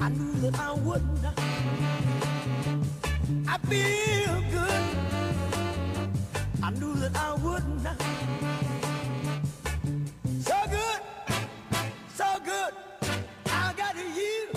I knew that I wouldn't. I feel good. I knew that I wouldn't. So good, so good. I got you.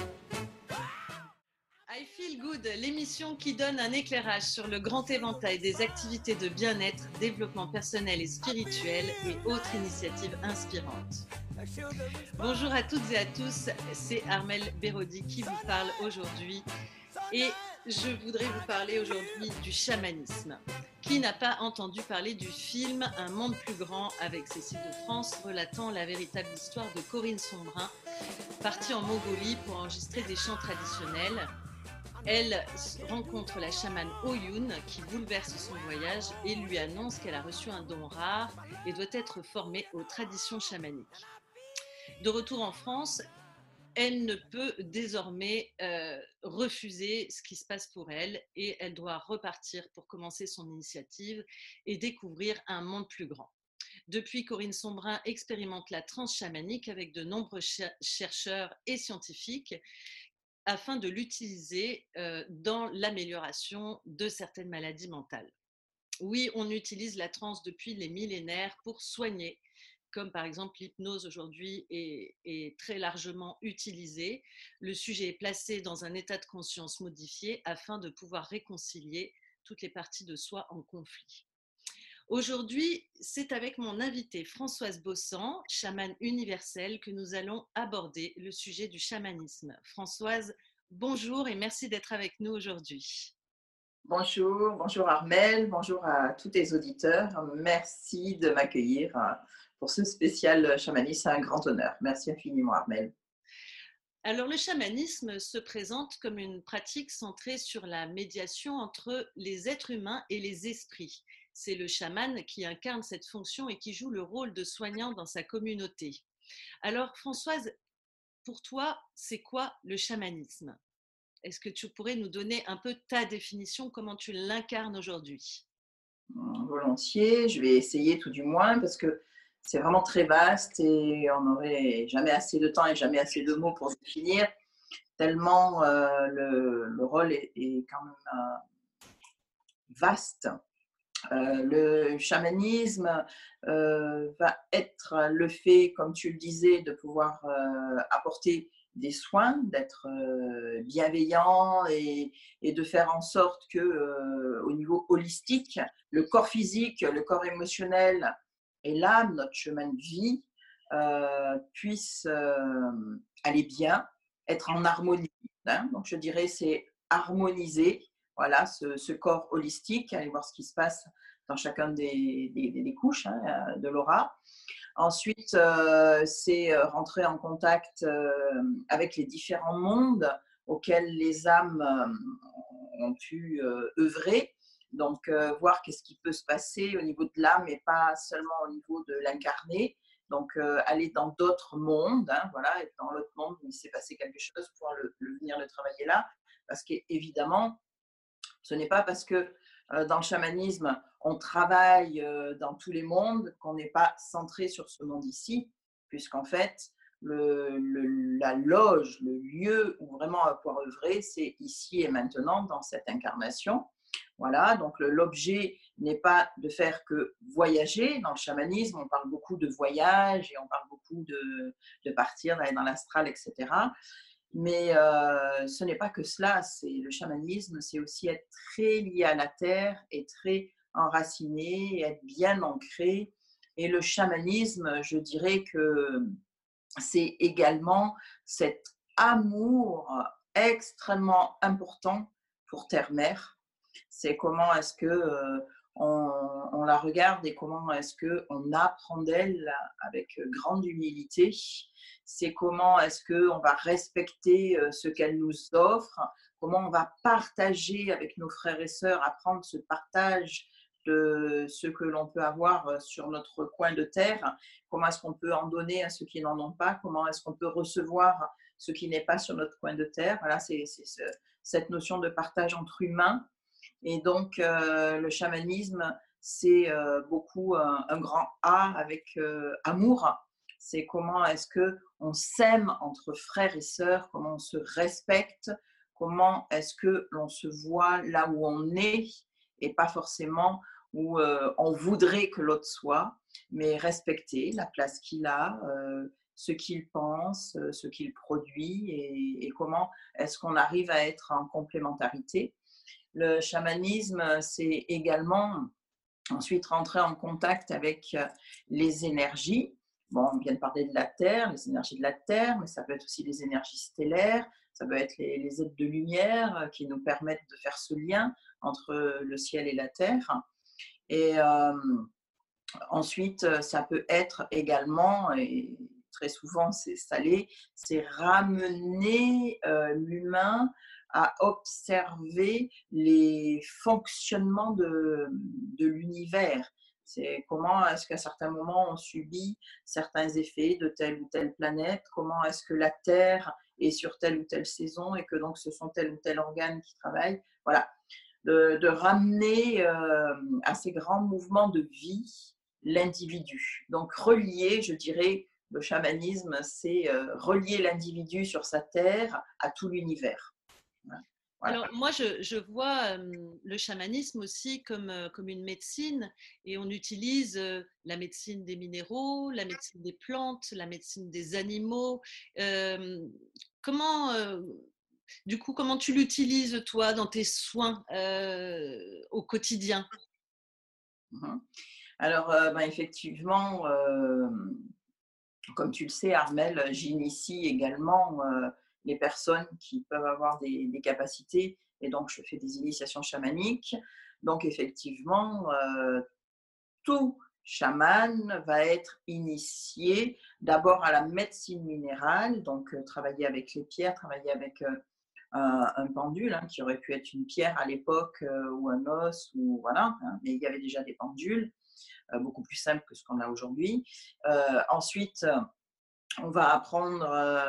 I Feel Good, l'émission qui donne un éclairage sur le grand éventail des activités de bien-être, développement personnel et spirituel et autres initiatives inspirantes. Bonjour à toutes et à tous, c'est Armelle Béraudy qui vous parle aujourd'hui et je voudrais vous parler aujourd'hui du chamanisme. Qui n'a pas entendu parler du film Un monde plus grand avec Cécile de France relatant la véritable histoire de Corinne Sombrin, partie en Mongolie pour enregistrer des chants traditionnels. Elle rencontre la chamane Oyun qui bouleverse son voyage et lui annonce qu'elle a reçu un don rare et doit être formée aux traditions chamaniques. De retour en France, elle ne peut désormais refuser ce qui se passe pour elle et elle doit repartir pour commencer son initiative et découvrir un monde plus grand. Depuis, Corinne Sombrin expérimente la transe chamanique avec de nombreux chercheurs et scientifiques afin de l'utiliser dans l'amélioration de certaines maladies mentales. Oui, on utilise la transe depuis les millénaires pour soigner, comme par exemple l'hypnose aujourd'hui est très largement utilisée. Le sujet est placé dans un état de conscience modifié afin de pouvoir réconcilier toutes les parties de soi en conflit. Aujourd'hui, c'est avec mon invitée Françoise Bossan, chamane universelle, que nous allons aborder le sujet du chamanisme. Françoise, bonjour et merci d'être avec nous aujourd'hui. Bonjour, bonjour Armelle, bonjour à tous tes auditeurs. Merci de m'accueillir pour ce spécial chamanisme, c'est un grand honneur. Merci infiniment Armelle. Alors le chamanisme se présente comme une pratique centrée sur la médiation entre les êtres humains et les esprits. C'est le chaman qui incarne cette fonction et qui joue le rôle de soignant dans sa communauté. Alors Françoise, pour toi, c'est quoi le chamanisme ? Est-ce que tu pourrais nous donner un peu ta définition, comment tu l'incarnes aujourd'hui ? Volontiers, je vais essayer tout du moins parce que c'est vraiment très vaste et on n'aurait jamais assez de temps et jamais assez de mots pour définir, tellement le rôle est quand même vaste. Le chamanisme va être le fait, comme tu le disais, de pouvoir apporter des soins, d'être bienveillant et de faire en sorte que, au niveau holistique, le corps physique, le corps émotionnel et l'âme, notre chemin de vie, puissent aller bien, être en harmonie. Hein. Donc je dirais c'est harmoniser. Voilà, ce corps holistique, aller voir ce qui se passe dans chacun des couches de l'aura. Ensuite, c'est rentrer en contact avec les différents mondes auxquels les âmes ont pu œuvrer. Donc, voir qu'est-ce qui peut se passer au niveau de l'âme et pas seulement au niveau de l'incarné. Donc, aller dans d'autres mondes, voilà, être dans l'autre monde où il s'est passé quelque chose, pouvoir venir le travailler là. Parce qu'évidemment, ce n'est pas parce que dans le chamanisme, on travaille dans tous les mondes qu'on n'est pas centré sur ce monde ici, puisqu'en fait, la loge, le lieu où vraiment on va pouvoir œuvrer, c'est ici et maintenant dans cette incarnation. Voilà, donc l'objet n'est pas de faire que voyager. Dans le chamanisme, on parle beaucoup de voyage et on parle beaucoup de partir, d'aller dans l'astral, etc. Mais ce n'est pas que cela, le chamanisme, c'est aussi être très lié à la terre et très enraciné, être bien ancré. Et le chamanisme, je dirais que c'est également cet amour extrêmement important pour Terre-Mère. C'est comment est-ce que on la regarde et comment est-ce qu'on apprend d'elle avec grande humilité. C'est comment est-ce qu'on va respecter ce qu'elle nous offre, comment on va partager avec nos frères et sœurs, apprendre ce partage de ce que l'on peut avoir sur notre coin de terre, comment est-ce qu'on peut en donner à ceux qui n'en ont pas, comment est-ce qu'on peut recevoir ce qui n'est pas sur notre coin de terre. Voilà, c'est cette notion de partage entre humains. Et donc, le chamanisme, c'est beaucoup un grand A avec amour c'est comment est-ce qu'on s'aime entre frères et sœurs, comment on se respecte, comment est-ce que l'on se voit là où on est et pas forcément où on voudrait que l'autre soit, mais respecter la place qu'il a, ce qu'il pense, ce qu'il produit et comment est-ce qu'on arrive à être en complémentarité. Le chamanisme, c'est également ensuite rentrer en contact avec les énergies. Bon, on vient de parler de la Terre, les énergies de la Terre, mais ça peut être aussi les énergies stellaires, ça peut être les êtres de lumière qui nous permettent de faire ce lien entre le ciel et la Terre. Et ensuite, ça peut être également, et très souvent c'est salé, c'est ramener l'humain à observer les fonctionnements de l'univers. C'est comment est-ce qu'à certains moments on subit certains effets de telle ou telle planète, comment est-ce que la Terre est sur telle ou telle saison et que donc ce sont tel ou tel organe qui travaillent. Voilà, de ramener à ces grands mouvements de vie l'individu. Donc relier, je dirais, le chamanisme, c'est relier l'individu sur sa terre à tout l'univers. Voilà. Alors moi, je vois le chamanisme aussi comme une médecine et on utilise la médecine des minéraux, la médecine des plantes, la médecine des animaux. Comment, du coup, comment tu l'utilises toi dans tes soins au quotidien? Alors, ben, effectivement, comme tu le sais, Armel, j'initie également les personnes qui peuvent avoir des capacités et donc je fais des initiations chamaniques. Donc, effectivement, tout chaman va être initié d'abord à la médecine minérale, donc travailler avec les pierres, travailler avec un pendule, hein, qui aurait pu être une pierre à l'époque ou un os, ou voilà, hein, mais il y avait déjà des pendules beaucoup plus simples que ce qu'on a aujourd'hui. Ensuite, on va apprendre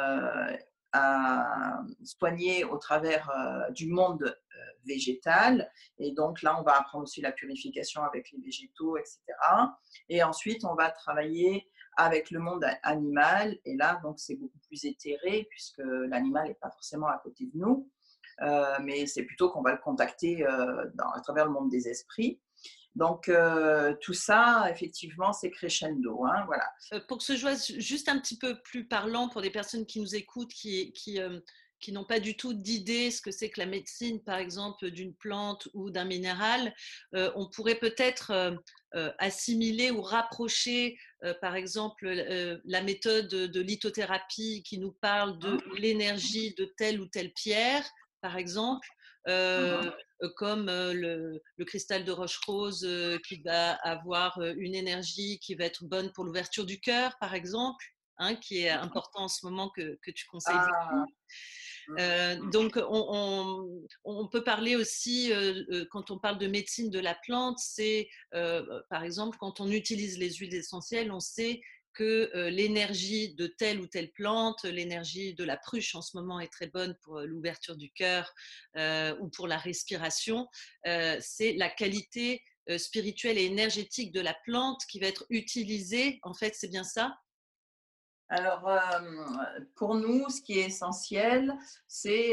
à soigner au travers du monde végétal. Et donc là, on va apprendre aussi la purification avec les végétaux, etc. Et ensuite, on va travailler avec le monde animal. Et là, donc, c'est beaucoup plus éthéré puisque l'animal n'est pas forcément à côté de nous. Mais c'est plutôt qu'on va le contacter à travers le monde des esprits. Donc, tout ça, effectivement, c'est crescendo. Hein, voilà. Pour que ce soit juste un petit peu plus parlant pour des personnes qui nous écoutent, qui n'ont pas du tout d'idée ce que c'est que la médecine, par exemple, d'une plante ou d'un minéral, on pourrait peut-être assimiler ou rapprocher, par exemple, la méthode de lithothérapie qui nous parle de l'énergie de telle ou telle pierre, par exemple. Comme le cristal de roche-rose qui va avoir une énergie qui va être bonne pour l'ouverture du cœur, par exemple, hein, qui est important en ce moment que tu conseilles beaucoup. Donc, on peut parler aussi, quand on parle de médecine de la plante, c'est par exemple quand on utilise les huiles essentielles, on sait que l'énergie de telle ou telle plante, l'énergie de la pruche en ce moment est très bonne pour l'ouverture du cœur ou pour la respiration. C'est la qualité spirituelle et énergétique de la plante qui va être utilisée. En fait, c'est bien ça? Alors, pour nous, ce qui est essentiel, c'est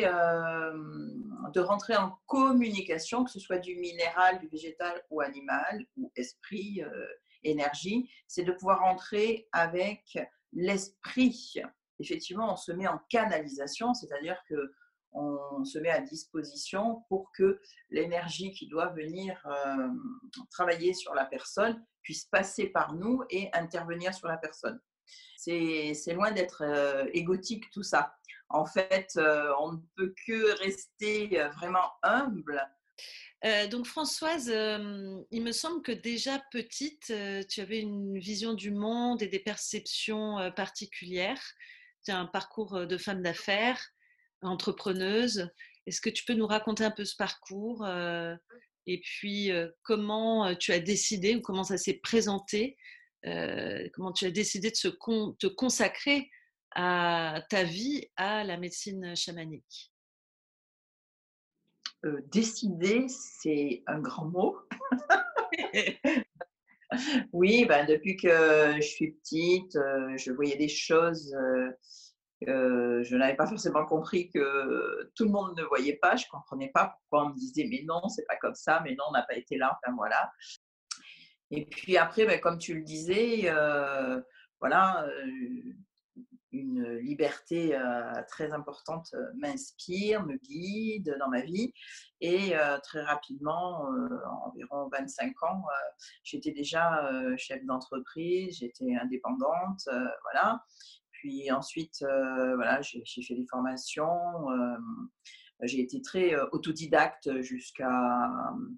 de rentrer en communication, que ce soit du minéral, du végétal ou animal, ou esprit, énergie, c'est de pouvoir rentrer avec l'esprit. Effectivement, on se met en canalisation, c'est-à-dire que on se met à disposition pour que l'énergie qui doit venir travailler sur la personne puisse passer par nous et intervenir sur la personne. C'est loin d'être égotique tout ça. En fait, on ne peut que rester vraiment humble. Donc Françoise, il me semble que déjà petite, tu avais une vision du monde et des perceptions particulières. Tu as un parcours de femme d'affaires, entrepreneuse. Est-ce que tu peux nous raconter un peu ce parcours et puis comment tu as décidé ou comment ça s'est présenté, comment tu as décidé de te consacrer à ta vie à la médecine chamanique? Décider, c'est un grand mot. Oui, ben, depuis que je suis petite, je voyais des choses que je n'avais pas forcément compris que tout le monde ne voyait pas. Je ne comprenais pas pourquoi on me disait: «Mais non, c'est pas comme ça, mais non, on n'a pas été là», enfin voilà. Et puis après, ben, comme tu le disais, voilà, une liberté très importante m'inspire, me guide dans ma vie. Et très rapidement, environ 25 ans, j'étais déjà chef d'entreprise, j'étais indépendante, voilà. Puis ensuite, voilà, j'ai fait des formations, j'ai été très autodidacte jusqu'à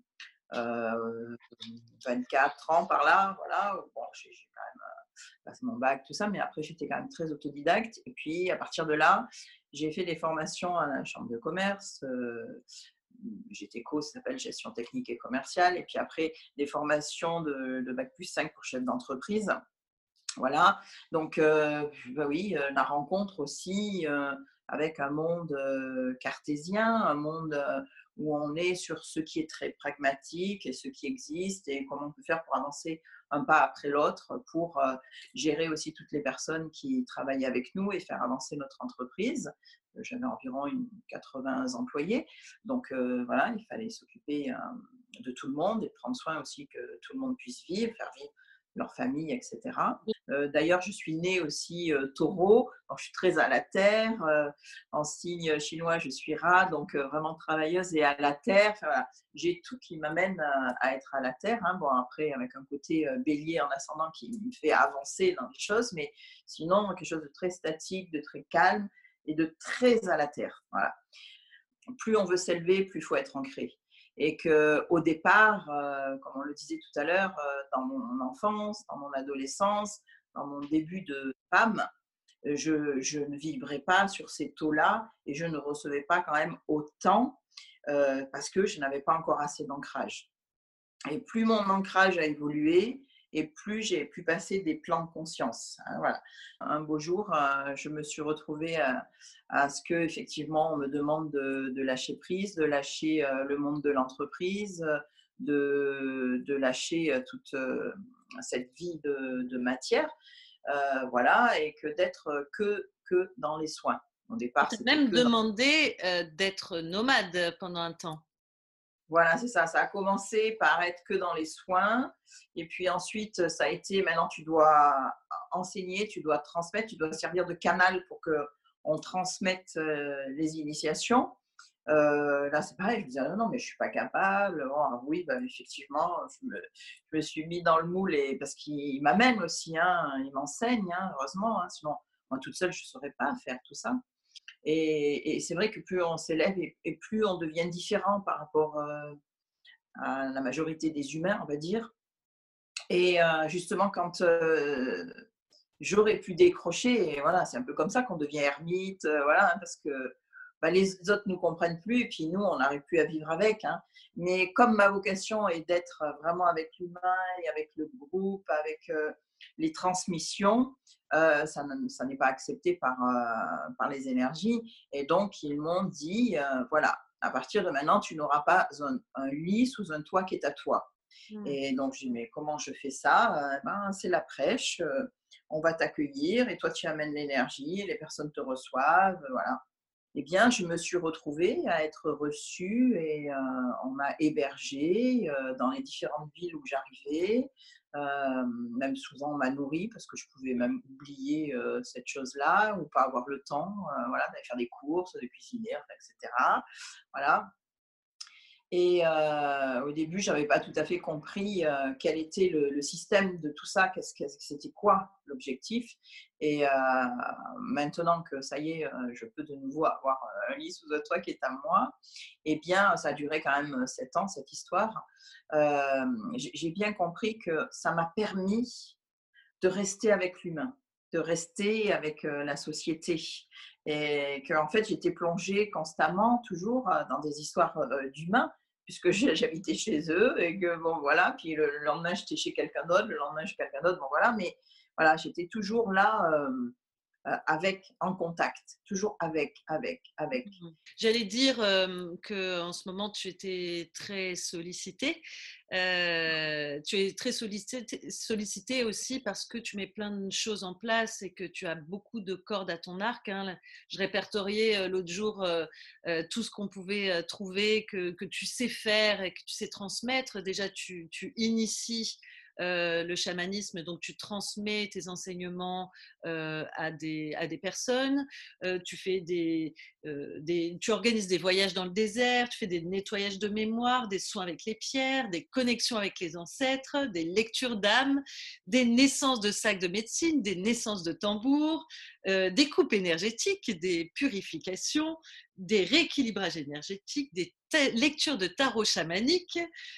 24 ans par là, voilà. Bon, j'ai quand même passé mon bac, tout ça, mais après j'étais quand même très autodidacte. Et puis à partir de là, j'ai fait des formations à la chambre de commerce. GTECO, ça s'appelle gestion technique et commerciale. Et puis après, des formations de bac plus 5 pour chef d'entreprise. Voilà, donc bah oui, la rencontre aussi avec un monde cartésien, un monde où on est sur ce qui est très pragmatique et ce qui existe et comment on peut faire pour avancer un pas après l'autre pour gérer aussi toutes les personnes qui travaillent avec nous et faire avancer notre entreprise. J'avais environ 80 employés, donc voilà, il fallait s'occuper de tout le monde et prendre soin aussi que tout le monde puisse vivre, faire vivre leur famille, etc. D'ailleurs, je suis née aussi taureau, donc je suis très à la terre. En signe chinois, je suis rat, donc vraiment travailleuse et à la terre. Enfin, voilà. J'ai tout qui m'amène à être à la terre. Hein. Bon, après, avec un côté bélier en ascendant qui me fait avancer dans les choses, mais sinon, quelque chose de très statique, de très calme et de très à la terre. Voilà. Plus on veut s'élever, plus il faut être ancré. Et qu'au départ, comme on le disait tout à l'heure, dans mon enfance, dans mon adolescence, dans mon début de femme, je ne vibrais pas sur ces taux-là et je ne recevais pas quand même autant parce que je n'avais pas encore assez d'ancrage. Et plus mon ancrage a évolué, et plus j'ai pu passer des plans de conscience. Hein, voilà. Un beau jour, je me suis retrouvée à ce que effectivement on me demande de lâcher prise, de lâcher le monde de l'entreprise, de lâcher toute cette vie de matière, voilà, et que d'être que dans les soins. Au On départ, t'a c'était même que dans... demandé d'être nomade pendant un temps. Voilà, c'est ça. Ça a commencé par être que dans les soins. Et puis ensuite, ça a été, maintenant, tu dois enseigner, tu dois transmettre, tu dois servir de canal pour qu'on transmette les initiations. Là, c'est pareil. Je me disais, non, non, mais je ne suis pas capable. Bon, oui, bah, effectivement, je me suis mis dans le moule parce qu'il m'amène aussi, hein, il m'enseigne, hein, heureusement. Hein, sinon, moi, toute seule, je ne saurais pas faire tout ça. Et c'est vrai que plus on s'élève et plus on devient différent par rapport à la majorité des humains, on va dire. Et justement, quand j'aurais pu décrocher, et voilà, c'est un peu comme ça qu'on devient ermite, voilà, hein, parce que bah, les autres ne nous comprennent plus, et puis nous, on n'arrive plus à vivre avec. Hein. Mais comme ma vocation est d'être vraiment avec l'humain et avec le groupe, avec les transmissions, ça n'est pas accepté par les énergies. Et donc, ils m'ont dit, voilà, à partir de maintenant, tu n'auras pas un lit sous un toit qui est à toi. Et donc, j'ai dit, mais comment je fais ça? Ben, c'est la prêche, on va t'accueillir et toi, tu amènes l'énergie, les personnes te reçoivent, voilà. Eh bien, je me suis retrouvée à être reçue et on m'a hébergée dans les différentes villes où j'arrivais. Même souvent, on m'a nourrie parce que je pouvais même oublier cette chose-là ou pas avoir le temps voilà, d'aller faire des courses, de cuisiner, etc. Voilà. Et au début, je n'avais pas tout à fait compris quel était le système de tout ça, c'était quoi l'objectif. Et maintenant que ça y est, je peux de nouveau avoir un lit sous un toit qui est à moi, eh bien, ça a duré quand même 7 ans, cette histoire. J'ai bien compris que ça m'a permis de rester avec l'humain, de rester avec la société. Et qu'en fait, j'étais plongée constamment, toujours, dans des histoires d'humains, puisque j'habitais chez eux et que, bon, voilà, puis le lendemain, j'étais chez quelqu'un d'autre, le lendemain, chez quelqu'un d'autre, bon, voilà, mais voilà, j'étais toujours là en contact, toujours avec. J'allais dire qu'en ce moment, tu étais très sollicitée. Tu es très sollicité aussi parce que tu mets plein de choses en place et que tu as beaucoup de cordes à ton arc, hein. Je répertoriais l'autre jour tout ce qu'on pouvait trouver, que tu sais faire et que tu sais transmettre. Déjà, tu inities le chamanisme, donc tu transmets tes enseignements à des personnes. Tu organises des voyages dans le désert, tu fais des nettoyages de mémoire, des soins avec les pierres, des connexions avec les ancêtres, des lectures d'âme, des naissances de sacs de médecine, des naissances de tambours, des coupes énergétiques, des purifications, des rééquilibrages énergétiques, des lectures de tarot chamanique.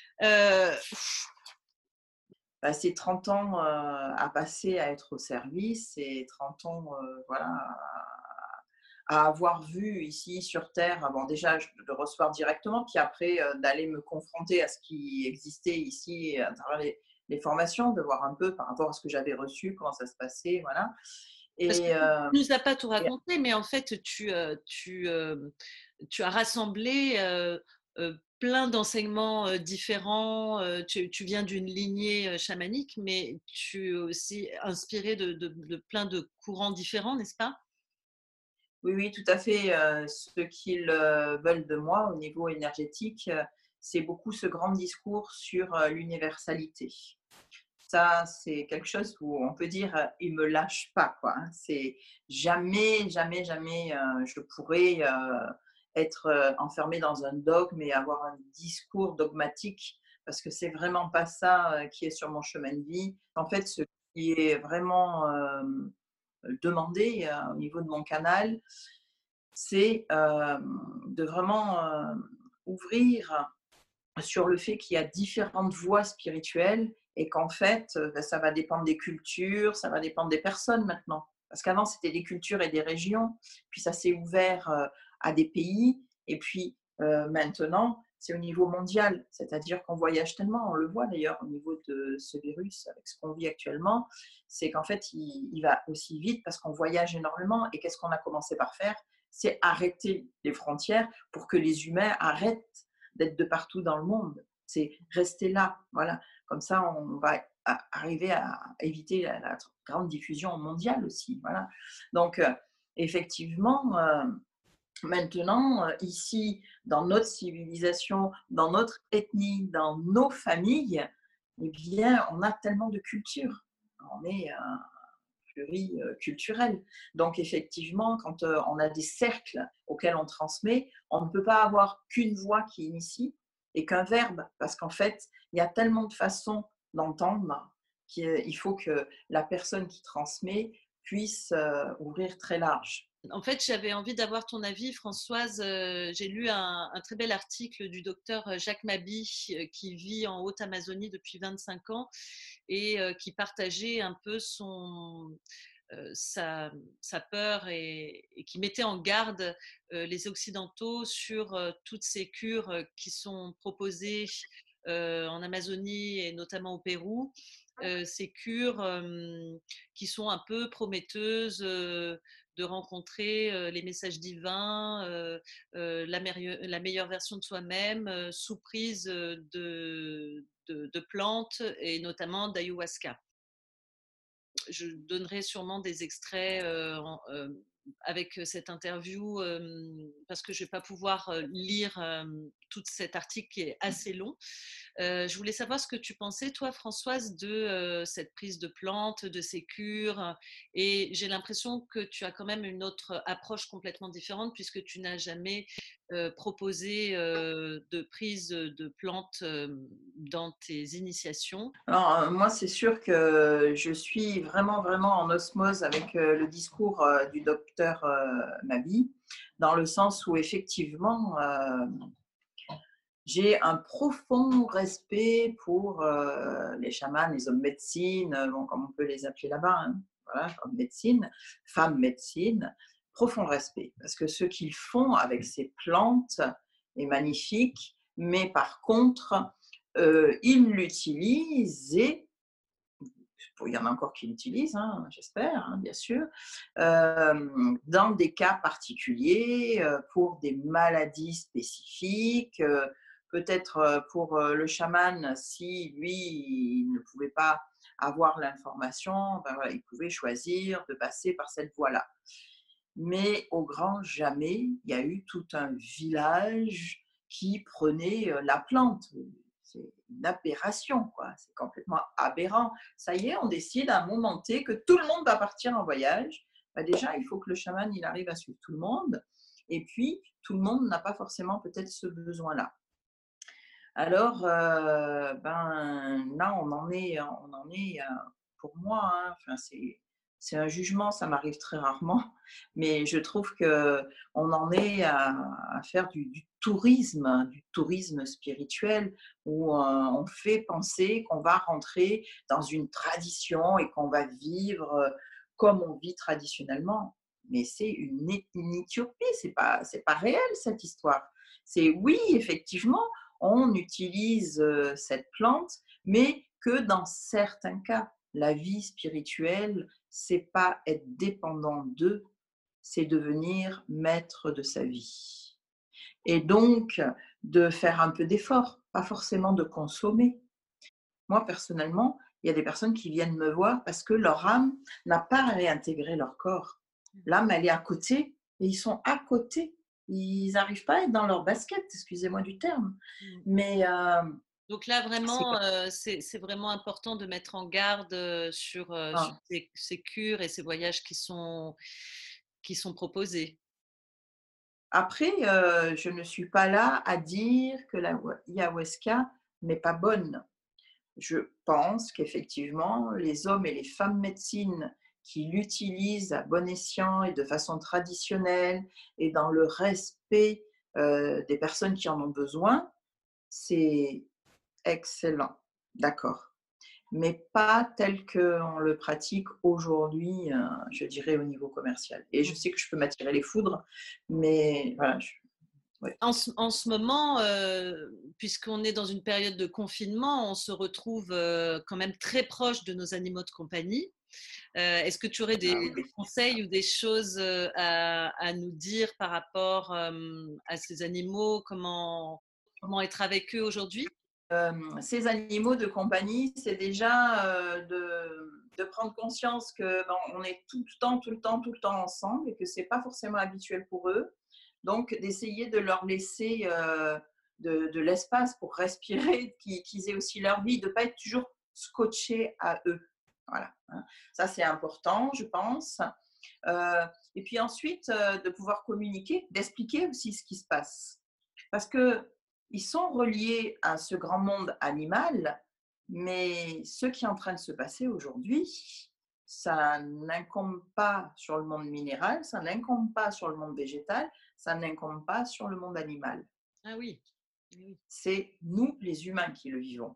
C'est 30 ans à passer à être au service et 30 ans voilà, à avoir vu ici sur Terre, bon, déjà de recevoir directement, puis après d'aller me confronter à ce qui existait ici à travers les formations, de voir un peu par rapport à ce que j'avais reçu, comment ça se passait, voilà. Parce que Et, tu ne nous as pas tout et raconté, mais en fait, tu as rassemblé plein d'enseignements différents. Tu viens d'une lignée chamanique, mais tu es aussi inspiré de plein de courants différents, n'est-ce pas? oui, oui, tout à fait. Ce qu'ils veulent de moi au niveau énergétique, c'est beaucoup ce grand discours sur l'universalité. Ça, c'est quelque chose où on peut dire, il me lâche pas, quoi, hein. C'est jamais, jamais, jamais, je pourrais être enfermée dans un dogme et avoir un discours dogmatique, parce que c'est vraiment pas ça qui est sur mon chemin de vie. En fait, ce qui est vraiment demandé au niveau de mon canal, c'est de vraiment ouvrir sur le fait qu'il y a différentes voies spirituelles et qu'en fait, ça va dépendre des cultures, ça va dépendre des personnes maintenant. Parce qu'avant, c'était des cultures et des régions, puis ça s'est ouvert à des pays, et puis maintenant, c'est au niveau mondial. C'est-à-dire qu'on voyage tellement, on le voit d'ailleurs au niveau de ce virus, avec ce qu'on vit actuellement, c'est qu'en fait, il va aussi vite parce qu'on voyage énormément. Et qu'est-ce qu'on a commencé par faire? C'est arrêter les frontières pour que les humains arrêtent d'être de partout dans le monde. C'est rester là, voilà. Comme ça, on va arriver à éviter la grande diffusion mondiale aussi, voilà. Donc, effectivement, maintenant, ici, dans notre civilisation, dans notre ethnie, dans nos familles, eh bien, on a tellement de culture. On est pluriculturel. Donc, effectivement, quand on a des cercles auxquels on transmet, on ne peut pas avoir qu'une voix qui initie et qu'un verbe, parce qu'en fait, il y a tellement de façons d'entendre qu'il faut que la personne qui transmet puisse ouvrir très large. En fait, j'avais envie d'avoir ton avis, Françoise. J'ai lu un très bel article du docteur Jacques Maby, qui vit en Haute-Amazonie depuis 25 ans et qui partageait un peu sa peur et qui mettait en garde les Occidentaux sur toutes ces cures qui sont proposées en Amazonie et notamment au Pérou. Ces cures qui sont un peu prometteuses de rencontrer les messages divins, la meilleure version de soi-même, sous prise de plantes et notamment d'ayahuasca. Je donnerai sûrement des extraits avec cette interview parce que je ne vais pas pouvoir lire tout cet article qui est assez long. Je voulais savoir ce que tu pensais, toi, Françoise, de cette prise de plantes, de ces cures. Et j'ai l'impression que tu as quand même une autre approche complètement différente puisque tu n'as jamais proposé de prise de plantes dans tes initiations. Alors, moi, c'est sûr que je suis vraiment, vraiment en osmose avec le discours du docteur Maby, dans le sens où effectivement, j'ai un profond respect pour les chamans, les hommes médecine, bon, comme on peut les appeler là-bas, hein, voilà, hommes médecine, femmes médecine, profond respect. Parce que ce qu'ils font avec ces plantes est magnifique, mais par contre, ils l'utilisent et il y en a encore qui l'utilisent, hein, j'espère, hein, bien sûr, dans des cas particuliers, pour des maladies spécifiques, peut-être pour le chaman, si lui, il ne pouvait pas avoir l'information, ben voilà, il pouvait choisir de passer par cette voie-là. Mais au grand jamais, il y a eu tout un village qui prenait la plante. C'est une aberration, quoi. C'est complètement aberrant. Ça y est, on décide à un moment T que tout le monde va partir en voyage. Ben déjà, il faut que le chaman il arrive à suivre tout le monde. Et puis, tout le monde n'a pas forcément peut-être ce besoin-là. Alors, ben, là, pour moi, hein, enfin, c'est un jugement, ça m'arrive très rarement, mais je trouve qu'on en est à faire du tourisme, hein, du tourisme spirituel, où on fait penser qu'on va rentrer dans une tradition et qu'on va vivre comme on vit traditionnellement. Mais c'est une Éthiopie, c'est pas réel cette histoire. C'est oui, effectivement, on utilise cette plante, mais que dans certains cas. La vie spirituelle, c'est pas être dépendant d'eux, c'est devenir maître de sa vie. Et donc, de faire un peu d'effort, pas forcément de consommer. Moi, personnellement, il y a des personnes qui viennent me voir parce que leur âme n'a pas réintégré leur corps. L'âme, elle est à côté et ils sont à côté. Ils n'arrivent pas à être dans leur basket, excusez-moi du terme. Mais donc là, vraiment, c'est vraiment important de mettre en garde sur ces cures et ces voyages qui sont proposés. Après, je ne suis pas là à dire que la ayahuasca n'est pas bonne. Je pense qu'effectivement, les hommes et les femmes médecine qui l'utilisent à bon escient et de façon traditionnelle et dans le respect des personnes qui en ont besoin, c'est excellent, d'accord. Mais pas tel qu'on le pratique aujourd'hui, je dirais au niveau commercial. Et je sais que je peux m'attirer les foudres, mais voilà. Ouais. En ce moment, puisqu'on est dans une période de confinement, on se retrouve quand même très proche de nos animaux de compagnie. Est-ce que tu aurais des conseils ou des choses à nous dire par rapport à ces animaux, comment être avec eux aujourd'hui? Ces animaux de compagnie, c'est déjà de prendre conscience que on est tout le temps ensemble et que c'est pas forcément habituel pour eux. Donc, d'essayer de leur laisser de l'espace pour respirer, qu'ils aient aussi leur vie, de ne pas être toujours scotchés à eux. Voilà. Hein. Ça, c'est important, je pense. Et puis ensuite, de pouvoir communiquer, d'expliquer aussi ce qui se passe. Parce qu'ils sont reliés à ce grand monde animal, mais ce qui est en train de se passer aujourd'hui, ça n'incombe pas sur le monde minéral, ça n'incombe pas sur le monde végétal, ça n'incombe pas sur le monde animal. Ah oui. C'est nous, les humains, qui le vivons.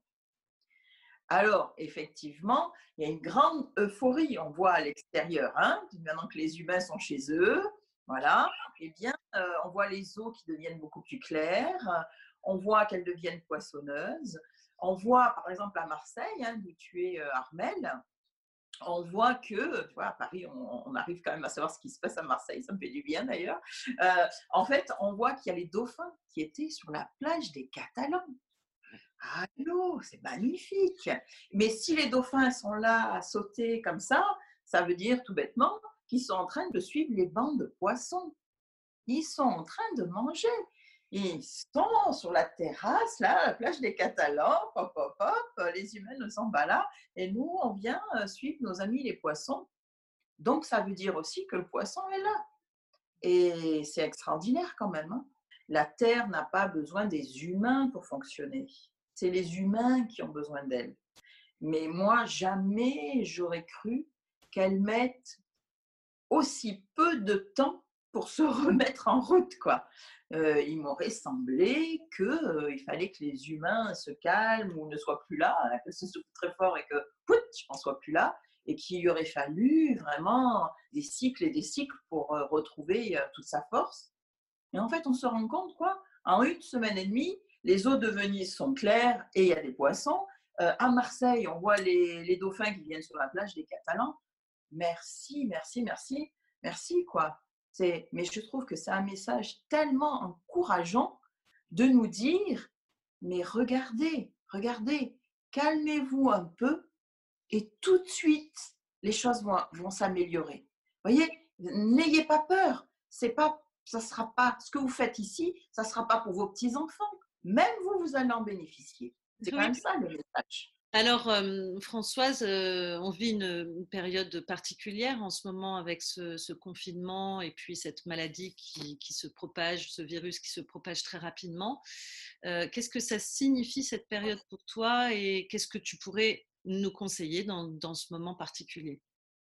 Alors, effectivement, il y a une grande euphorie, on voit à l'extérieur, hein, maintenant que les humains sont chez eux, voilà, eh bien, on voit les eaux qui deviennent beaucoup plus claires, on voit qu'elles deviennent poissonneuses, on voit, par exemple, à Marseille, hein, d'où tu es, Armelle, on voit que, tu vois, à Paris, on arrive quand même à savoir ce qui se passe à Marseille, ça me fait du bien d'ailleurs. En fait, on voit qu'il y a les dauphins qui étaient sur la plage des Catalans. Allô, c'est magnifique. Mais si les dauphins sont là à sauter comme ça veut dire tout bêtement qu'ils sont en train de suivre les bancs de poissons. Ils sont en train de manger. Ils sont sur la terrasse, là, à la plage des Catalans, hop, hop, hop, les humains ne sont pas là, et nous, on vient suivre nos amis les poissons. Donc, ça veut dire aussi que le poisson est là. Et c'est extraordinaire quand même. Hein. La Terre n'a pas besoin des humains pour fonctionner. C'est les humains qui ont besoin d'elle. Mais moi, jamais j'aurais cru qu'elle mette aussi peu de temps pour se remettre en route, quoi. Il m'aurait semblé qu'il fallait que les humains se calment ou ne soient plus là, hein, que ce soit très fort et que on ne soit plus là, et qu'il aurait fallu vraiment des cycles et des cycles pour retrouver toute sa force. Et en fait, on se rend compte, quoi, en 1 semaine et demie, les eaux de Venise sont claires et il y a des poissons. À Marseille, on voit les dauphins qui viennent sur la plage, les Catalans. Merci, merci, merci, merci, quoi. Mais je trouve que c'est un message tellement encourageant de nous dire, mais regardez, regardez, calmez-vous un peu et tout de suite, les choses vont s'améliorer. Voyez, n'ayez pas peur. Ça sera pas ce que vous faites ici, ça ne sera pas pour vos petits-enfants. Même vous, vous allez en bénéficier. C'est quand même ça le message. Alors, Françoise, on vit une période particulière en ce moment avec ce confinement et puis cette maladie qui se propage, ce virus qui se propage très rapidement. Qu'est-ce que ça signifie cette période pour toi et qu'est-ce que tu pourrais nous conseiller dans ce moment particulier?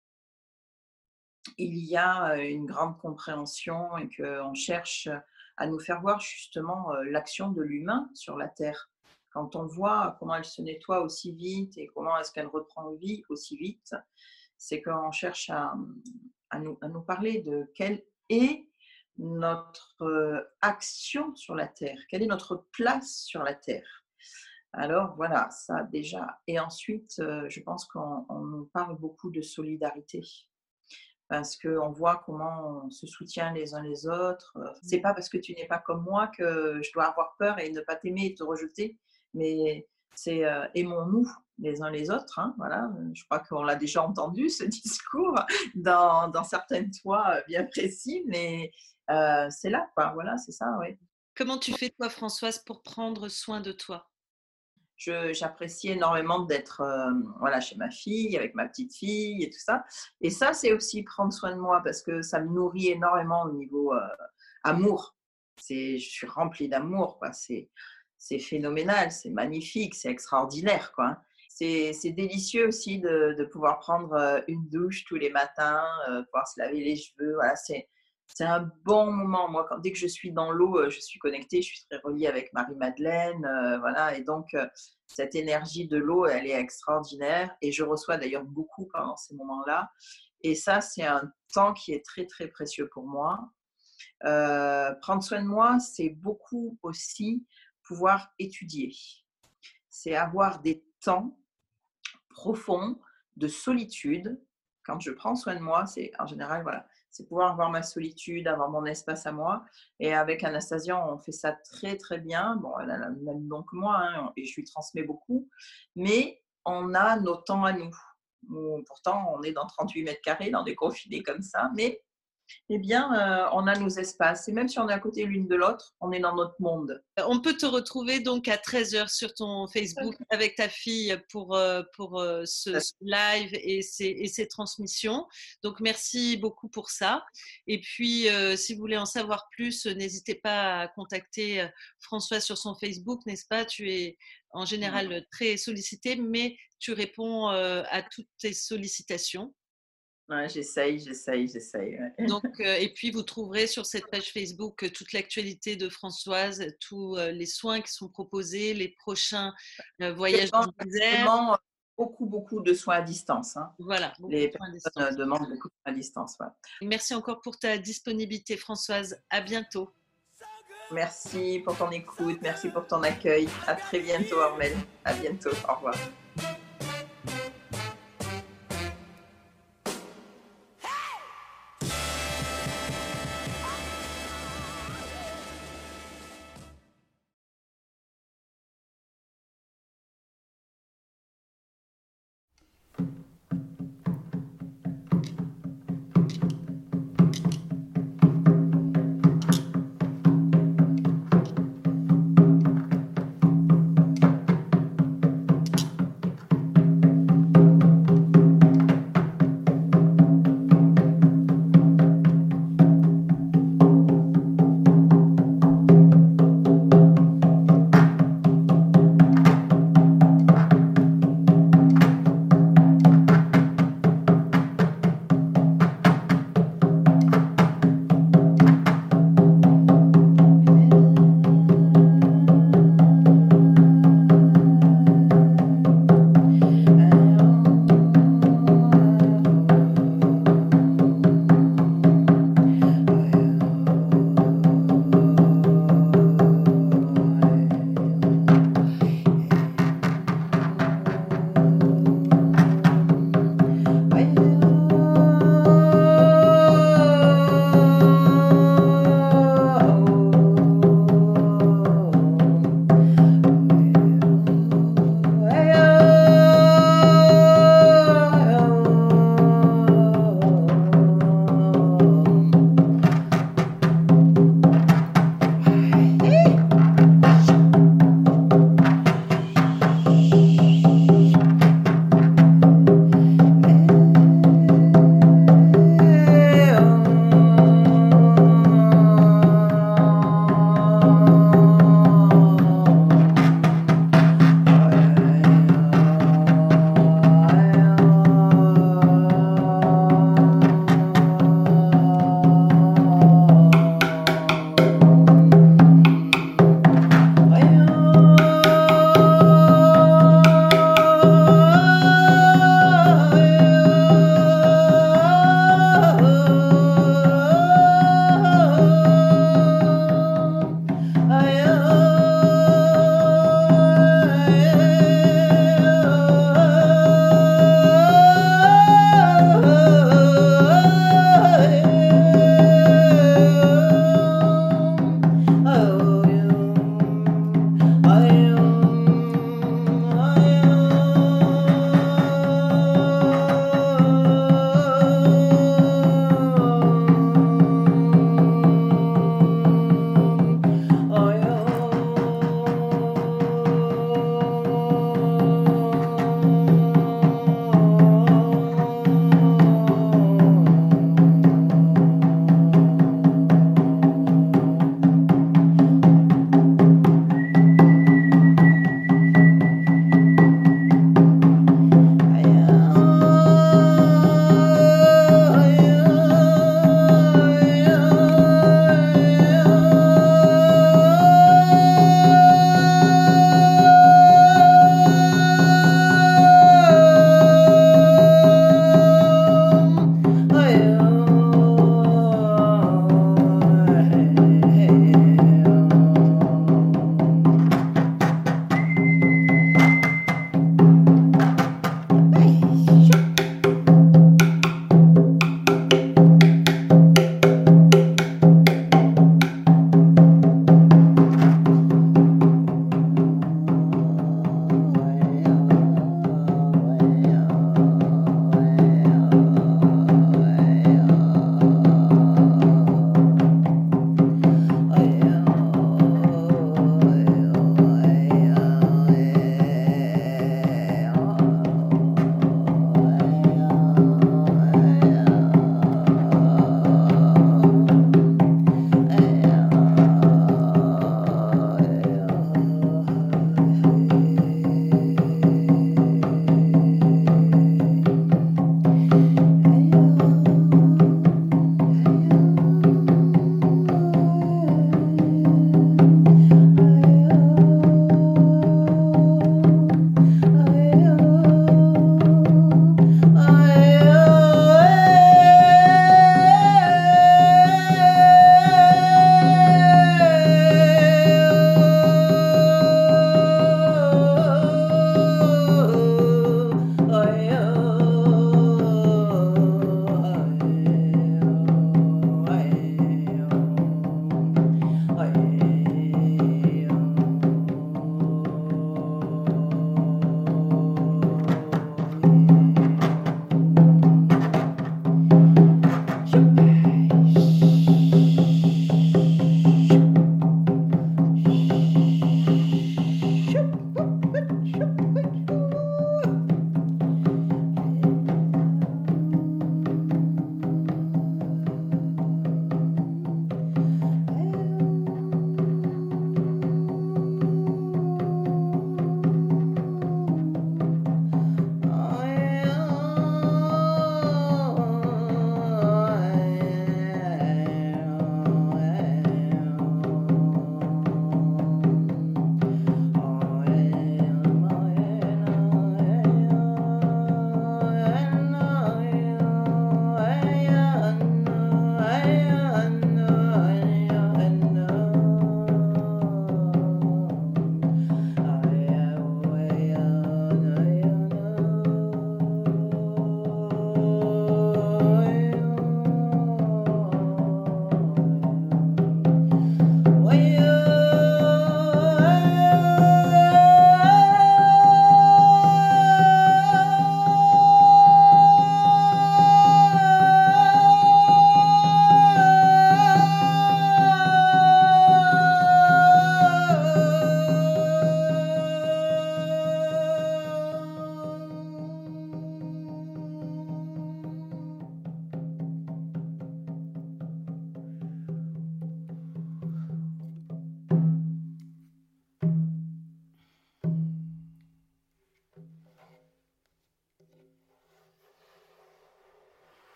Il y a une grande compréhension et qu'on cherche à nous faire voir justement l'action de l'humain sur la Terre. Quand on voit comment elle se nettoie aussi vite et comment est-ce qu'elle reprend vie aussi vite, c'est qu'on cherche à nous parler de quelle est notre action sur la Terre, quelle est notre place sur la Terre. Alors voilà, ça déjà. Et ensuite, je pense qu'on nous parle beaucoup de solidarité. Parce qu'on voit comment on se soutient les uns les autres. C'est pas parce que tu n'es pas comme moi que je dois avoir peur et ne pas t'aimer et te rejeter, mais c'est aimons-nous les uns les autres. Hein, voilà. Je crois qu'on l'a déjà entendu ce discours dans certaines toits bien précis, mais c'est là, quoi. Voilà, c'est ça, oui. Comment tu fais, toi, Françoise, pour prendre soin de toi? J'apprécie énormément d'être voilà, chez ma fille, avec ma petite fille et tout ça. Et ça, c'est aussi prendre soin de moi parce que ça me nourrit énormément au niveau amour. Je suis remplie d'amour, quoi. C'est phénoménal, c'est magnifique, c'est extraordinaire, quoi. C'est délicieux aussi de pouvoir prendre une douche tous les matins, pouvoir se laver les cheveux. Voilà, c'est un bon moment. Moi, dès que je suis dans l'eau, je suis connectée, je suis très reliée avec Marie-Madeleine. Voilà. Et donc, cette énergie de l'eau, elle est extraordinaire. Et je reçois d'ailleurs beaucoup pendant ces moments-là. Et ça, c'est un temps qui est très, très précieux pour moi. Prendre soin de moi, c'est beaucoup aussi pouvoir étudier. C'est avoir des temps profonds de solitude. Quand je prends soin de moi, c'est en général, voilà, c'est pouvoir avoir ma solitude, avoir mon espace à moi. Et avec Anastasia, on fait ça très, très bien. Bon, elle a le même nom que moi, hein, et je lui transmets beaucoup. Mais on a nos temps à nous. Pourtant, on est dans 38 mètres carrés, on est confinés comme ça. Mais eh bien, on a nos espaces. Et même si on est à côté l'une de l'autre, on est dans notre monde. On peut te retrouver donc à 13h sur ton Facebook avec ta fille pour ce live et ces transmissions. Donc, merci beaucoup pour ça. Et puis, si vous voulez en savoir plus, n'hésitez pas à contacter François sur son Facebook, n'est-ce pas? Tu es en général très sollicité, mais tu réponds à toutes tes sollicitations. Ouais, j'essaye. Ouais. Donc, et puis, vous trouverez sur cette page Facebook toute l'actualité de Françoise, tous les soins qui sont proposés, les prochains voyages dans le désert. Beaucoup de soins à distance. Hein. Voilà, les personnes demandent beaucoup de soins à distance. Ouais. Merci encore pour ta disponibilité, Françoise. À bientôt. Merci pour ton écoute, merci pour ton accueil. À très bientôt, Armelle. À bientôt. Au revoir.